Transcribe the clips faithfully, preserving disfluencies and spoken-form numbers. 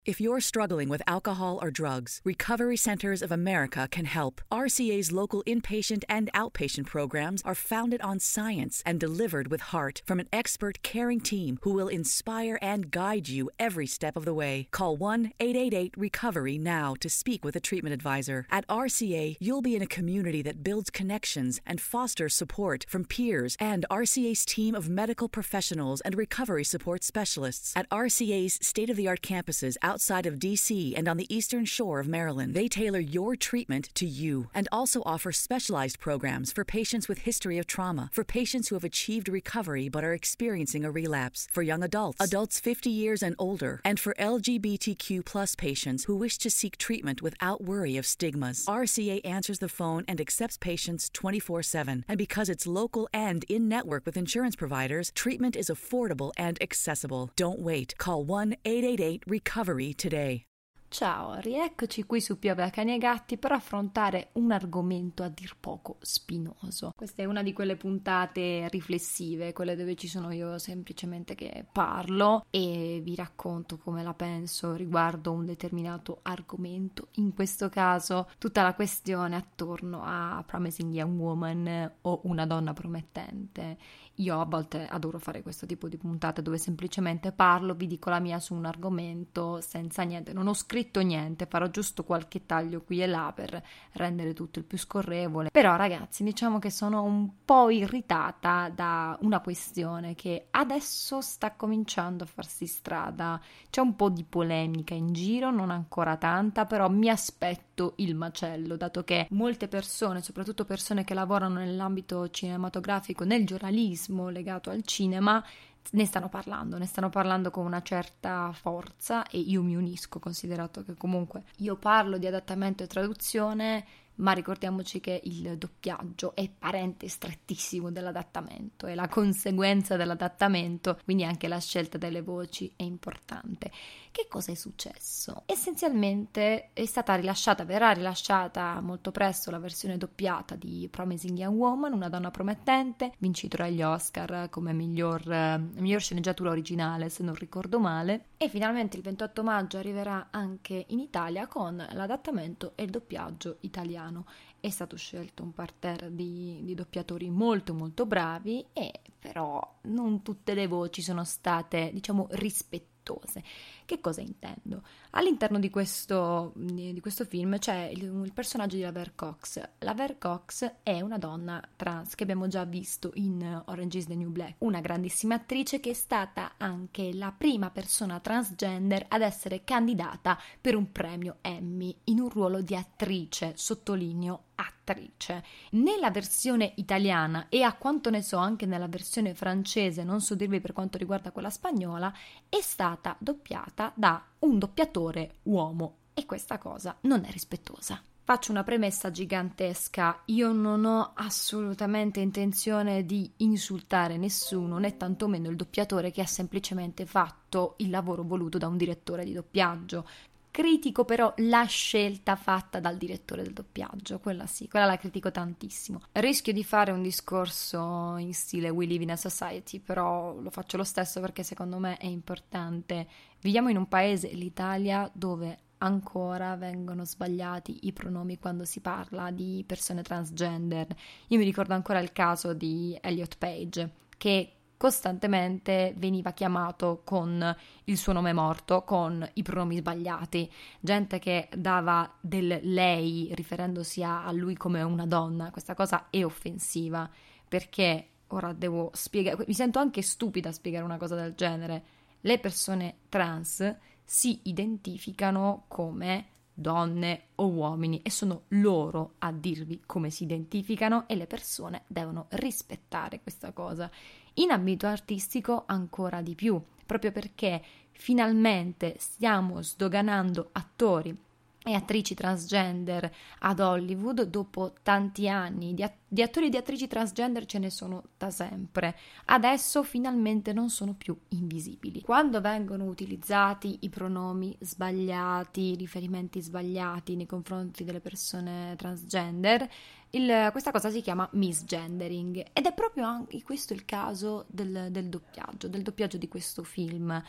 If you're struggling with alcohol or drugs, Recovery Centers of America can help. R C A's local inpatient and outpatient programs are founded on science and delivered with heart from an expert caring team who will inspire and guide you every step of the way. Call one eight eight eight recovery now to speak with a treatment advisor. At R C A, you'll be in a community that builds connections and fosters support from peers and R C A's team of medical professionals and recovery support specialists. At R C A's state-of-the-art campuses outside of D C and on the eastern shore of Maryland, they tailor your treatment to you and also offer specialized programs for patients with history of trauma, for patients who have achieved recovery but are experiencing a relapse, for young adults, adults fifty years and older, and for L G B T Q plus patients who wish to seek treatment without worry of stigmas. R C A answers the phone and accepts patients twenty-four seven. And because it's local and in-network with insurance providers, treatment is affordable and accessible. Don't wait. Call one eight eight eight recovery today. Ciao, rieccoci qui su Piove a Cani e Gatti per affrontare un argomento a dir poco spinoso. Questa è una di quelle puntate riflessive, quelle dove ci sono io semplicemente che parlo e vi racconto come la penso riguardo un determinato argomento. In questo caso tutta la questione attorno a Promising Young Woman o Una donna promettente. Io a volte adoro fare questo tipo di puntate dove semplicemente parlo, vi dico la mia su un argomento senza niente, non ho scritto niente, farò giusto qualche taglio qui e là per rendere tutto il più scorrevole. Però ragazzi, diciamo che sono un po' irritata da una questione che adesso sta cominciando a farsi strada. C'è un po' di polemica in giro, non ancora tanta, però mi aspetto il macello, dato che molte persone, soprattutto persone che lavorano nell'ambito cinematografico, nel giornalismo legato al cinema, ne stanno parlando, ne stanno parlando con una certa forza e io mi unisco, considerato che comunque io parlo di adattamento e traduzione, ma ricordiamoci che il doppiaggio è parente strettissimo dell'adattamento, è la conseguenza dell'adattamento, quindi anche la scelta delle voci è importante. Che cosa è successo? Essenzialmente è stata rilasciata, verrà rilasciata molto presto la versione doppiata di Promising Young Woman, Una donna promettente, vincitore agli Oscar come miglior, eh, miglior sceneggiatura originale, se non ricordo male, e finalmente il ventotto maggio arriverà anche in Italia con l'adattamento e il doppiaggio italiano. È stato scelto un parterre di, di doppiatori molto molto bravi, e però non tutte le voci sono state, diciamo, rispettose. Che cosa intendo? All'interno di questo, di questo film c'è il, il personaggio di Laverne Cox. Laverne Cox è una donna trans che abbiamo già visto in Orange is the New Black, una grandissima attrice che è stata anche la prima persona transgender ad essere candidata per un premio Emmy in un ruolo di attrice, sottolineo attrice. Nella versione italiana e a quanto ne so anche nella versione francese, non so dirvi per quanto riguarda quella spagnola, è stata doppiata da un doppiatore uomo e questa cosa non è rispettosa. Faccio una premessa gigantesca: io non ho assolutamente intenzione di insultare nessuno, né tantomeno il doppiatore che ha semplicemente fatto il lavoro voluto da un direttore di doppiaggio. Critico però la scelta fatta dal direttore del doppiaggio, quella sì, quella la critico tantissimo. Rischio di fare un discorso in stile We Live in a Society, però lo faccio lo stesso perché secondo me è importante. Viviamo in un paese, l'Italia, dove ancora vengono sbagliati i pronomi quando si parla di persone transgender. Io mi ricordo ancora il caso di Elliot Page, che costantemente veniva chiamato con il suo nome morto, con i pronomi sbagliati, gente che dava del lei riferendosi a, a lui come una donna. Questa cosa è offensiva, perché ora devo spiegare, mi sento anche stupida a spiegare una cosa del genere. Le persone trans si identificano come donne o uomini e sono loro a dirvi come si identificano, e le persone devono rispettare questa cosa. In ambito artistico ancora di più, proprio perché finalmente stiamo sdoganando attori e attrici transgender ad Hollywood. Dopo tanti anni di, att- di attori e di attrici transgender ce ne sono da sempre, adesso finalmente non sono più invisibili. Quando vengono utilizzati i pronomi sbagliati, riferimenti sbagliati nei confronti delle persone transgender, il, questa cosa si chiama misgendering, ed è proprio anche questo il caso del, del doppiaggio, del doppiaggio di questo film.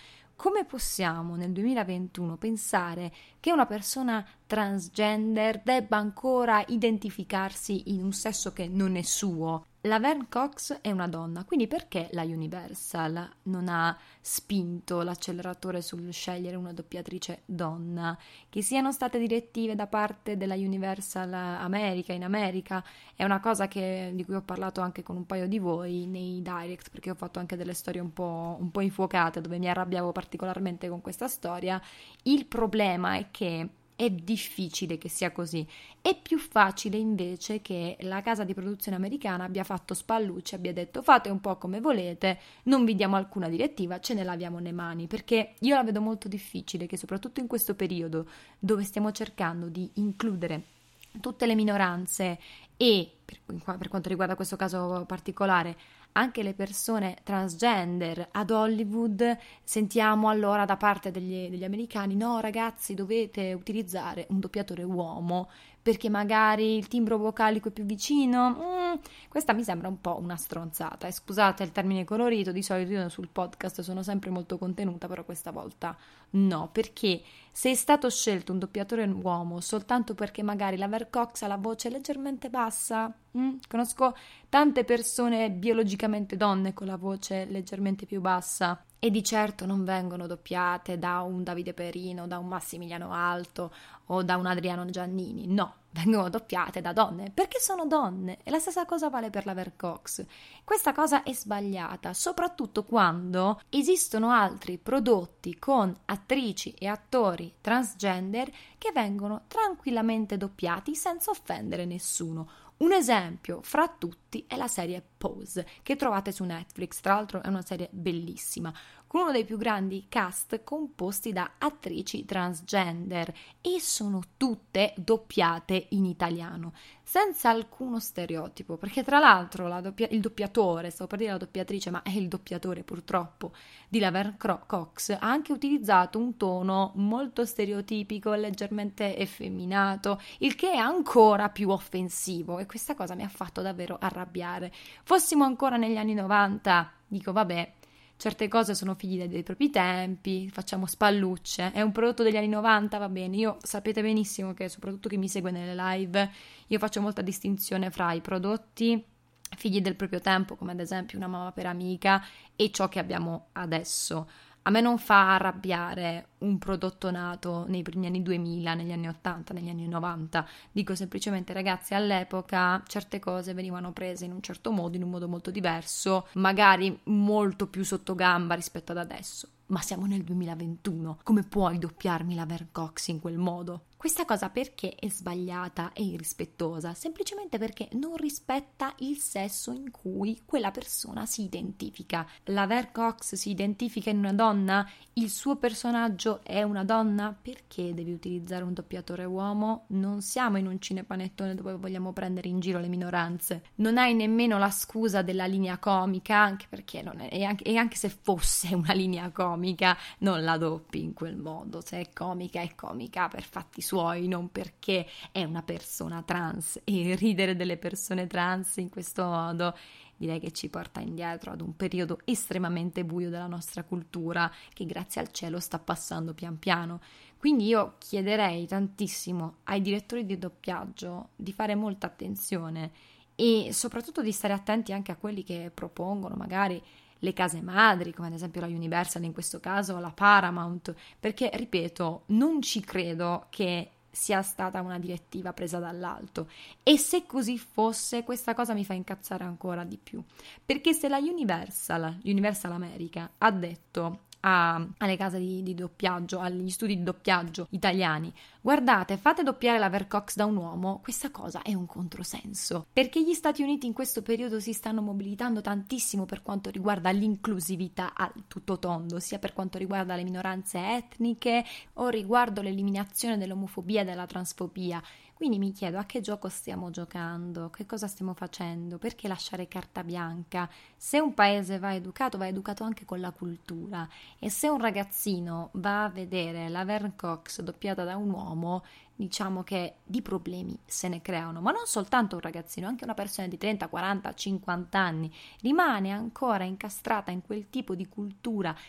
come possiamo nel duemilaventuno pensare che una persona transgender debba ancora identificarsi in un sesso che non è suo? Laverne Cox è una donna, quindi perché la Universal non ha spinto l'acceleratore sul scegliere una doppiatrice donna? Che siano state direttive da parte della Universal America, in America, è una cosa che, di cui ho parlato anche con un paio di voi nei direct, perché ho fatto anche delle storie un po', un po' infuocate, dove mi arrabbiavo particolarmente con questa storia. Il problema è che è difficile che sia così. È più facile invece che la casa di produzione americana abbia fatto spallucce, abbia detto fate un po' come volete, non vi diamo alcuna direttiva, ce ne laviamo le mani, perché io la vedo molto difficile che soprattutto in questo periodo dove stiamo cercando di includere tutte le minoranze e, per, per quanto riguarda questo caso particolare, anche le persone transgender ad Hollywood, sentiamo allora da parte degli, degli americani no ragazzi dovete utilizzare un doppiatore uomo perché magari il timbro vocalico è più vicino. Mm, questa mi sembra un po' una stronzata e scusate il termine colorito, di solito io sul podcast sono sempre molto contenuta, però questa volta no, perché se è stato scelto un doppiatore uomo soltanto perché magari la Laverne Cox ha la voce leggermente bassa, mm, conosco tante persone biologicamente donne con la voce leggermente più bassa e di certo non vengono doppiate da un Davide Perino, da un Massimiliano Alto o da un Adriano Giannini, no, vengono doppiate da donne perché sono donne e la stessa cosa vale per la Laverne Cox. Questa cosa è sbagliata, soprattutto quando esistono altri prodotti con attrici e attori transgender che vengono tranquillamente doppiati senza offendere nessuno. Un esempio fra tutti è la serie Pose, che trovate su Netflix, tra l'altro è una serie bellissima, con uno dei più grandi cast composti da attrici transgender e sono tutte doppiate in italiano, senza alcuno stereotipo, perché tra l'altro la doppia- il doppiatore, stavo per dire la doppiatrice, ma è il doppiatore purtroppo, di Laverne Cox, ha anche utilizzato un tono molto stereotipico, leggermente effeminato, il che è ancora più offensivo e questa cosa mi ha fatto davvero arrabbiare. Fossimo ancora negli anni novanta, dico vabbè, certe cose sono figli dei, dei propri tempi, facciamo spallucce, è un prodotto degli anni novanta, va bene, io sapete benissimo che soprattutto chi mi segue nelle live, io faccio molta distinzione fra i prodotti figli del proprio tempo, come ad esempio Una mamma per amica, e ciò che abbiamo adesso. A me non fa arrabbiare un prodotto nato nei primi anni duemila, negli anni ottanta, negli anni novanta. Dico semplicemente, ragazzi, all'epoca certe cose venivano prese in un certo modo, in un modo molto diverso, magari molto più sotto gamba rispetto ad adesso. Ma siamo nel duemilaventuno, come puoi doppiarmi la Laverne Cox in quel modo? Questa cosa perché è sbagliata e irrispettosa? Semplicemente perché non rispetta il sesso in cui quella persona si identifica. La Laverne Cox si identifica in una donna? Il suo personaggio è una donna? Perché devi utilizzare un doppiatore uomo? Non siamo in un cinepanettone dove vogliamo prendere in giro le minoranze. Non hai nemmeno la scusa della linea comica, anche perché non è, e anche, e anche se fosse una linea comica, non la doppi in quel modo. Se è comica, è comica per fatti suoi, non perché è una persona trans, e ridere delle persone trans in questo modo direi che ci porta indietro ad un periodo estremamente buio della nostra cultura che grazie al cielo sta passando pian piano. Quindi io chiederei tantissimo ai direttori di doppiaggio di fare molta attenzione e soprattutto di stare attenti anche a quelli che propongono magari le case madri, come ad esempio la Universal, in questo caso la Paramount, perché, ripeto, non ci credo che sia stata una direttiva presa dall'alto e se così fosse questa cosa mi fa incazzare ancora di più, perché se la Universal, Universal America ha detto a, alle case di, di doppiaggio, agli studi di doppiaggio italiani, guardate, fate doppiare la Laverne Cox da un uomo, questa cosa è un controsenso, perché gli Stati Uniti in questo periodo si stanno mobilitando tantissimo per quanto riguarda l'inclusività a tutto tondo, sia per quanto riguarda le minoranze etniche o riguardo l'eliminazione dell'omofobia e della transfobia. Quindi mi chiedo a che gioco stiamo giocando, che cosa stiamo facendo, perché lasciare carta bianca? Se un paese va educato, va educato anche con la cultura e se un ragazzino va a vedere la Laverne Cox doppiata da un uomo, diciamo che di problemi se ne creano, ma non soltanto un ragazzino, anche una persona di trenta, quaranta, cinquanta anni rimane ancora incastrata in quel tipo di cultura che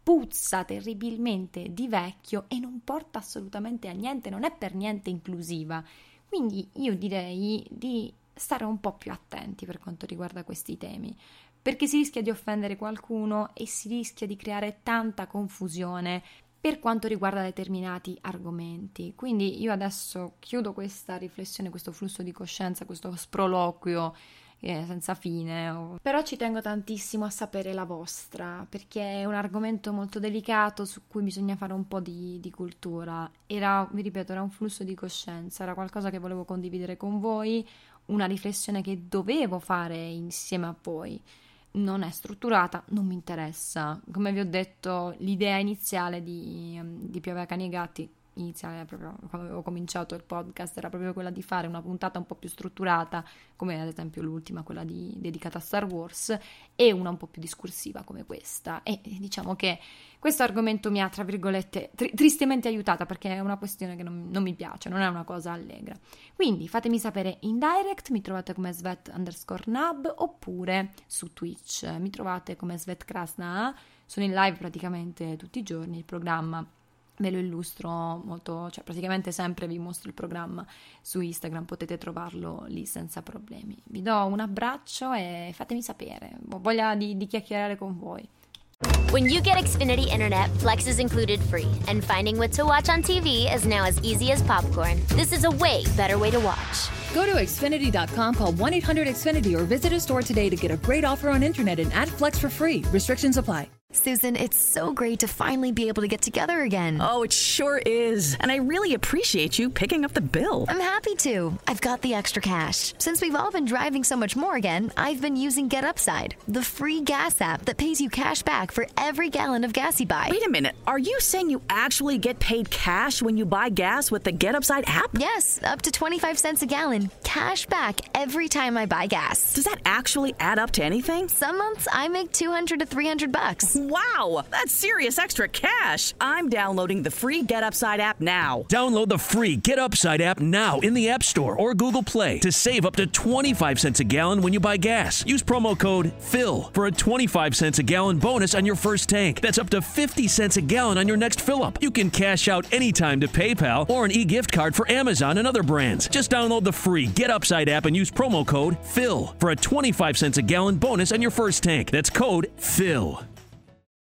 puzza terribilmente di vecchio e non porta assolutamente a niente, non è per niente inclusiva. Quindi io direi di stare un po' più attenti per quanto riguarda questi temi, perché si rischia di offendere qualcuno e si rischia di creare tanta confusione per quanto riguarda determinati argomenti. Quindi io adesso chiudo questa riflessione, questo flusso di coscienza, questo sproloquio eh, senza fine, però ci tengo tantissimo a sapere la vostra, perché è un argomento molto delicato su cui bisogna fare un po' di, di cultura. Era, vi ripeto, era un flusso di coscienza, era qualcosa che volevo condividere con voi, una riflessione che dovevo fare insieme a voi. Non è strutturata, non mi interessa. Come vi ho detto, l'idea iniziale di, di Piove a Cani e Gatti, iniziale proprio quando avevo cominciato il podcast, era proprio quella di fare una puntata un po' più strutturata, come ad esempio l'ultima, quella di, dedicata a Star Wars, e una un po' più discorsiva come questa. E diciamo che questo argomento mi ha, tra virgolette, tri- tristemente aiutata, perché è una questione che non, non mi piace, non è una cosa allegra. Quindi fatemi sapere in direct, mi trovate come Svet underscore Nab, oppure su Twitch mi trovate come Svet Krasna. Sono in live praticamente tutti i giorni, il programma ve lo illustro molto, cioè praticamente sempre vi mostro il programma su Instagram, potete trovarlo lì senza problemi. Vi do un abbraccio e fatemi sapere, ho voglia di, di chiacchierare con voi. When you get Xfinity Internet, Flex is included free, and finding what to watch on T V is now as easy as popcorn. This is a way better way to watch. Go to Xfinity dot com, call one eight hundred X Finity, or visit a store today to get a great offer on internet and add Flex for free. Restrictions apply. Susan, it's so great to finally be able to get together again. Oh, it sure is. And I really appreciate you picking up the bill. I'm happy to. I've got the extra cash. Since we've all been driving so much more again, I've been using Get Upside, the free gas app that pays you cash back for every gallon of gas you buy. Wait a minute. Are you saying you actually get paid cash when you buy gas with the Get Upside app? Yes, up to twenty-five cents a gallon. Cash back every time I buy gas. Does that actually add up to anything? Some months I make two hundred to three hundred bucks. Wow, that's serious extra cash. I'm downloading the free Get Upside app now. Download the free Get Upside app now in the App Store or Google Play to save up to twenty-five cents a gallon when you buy gas. Use promo code PHIL for a twenty-five cents a gallon bonus on your first tank. That's up to fifty cents a gallon on your next fill-up. You can cash out anytime to PayPal or an e-gift card for Amazon and other brands. Just download the free Get Upside app and use promo code PHIL for a twenty-five cents a gallon bonus on your first tank. That's code PHIL.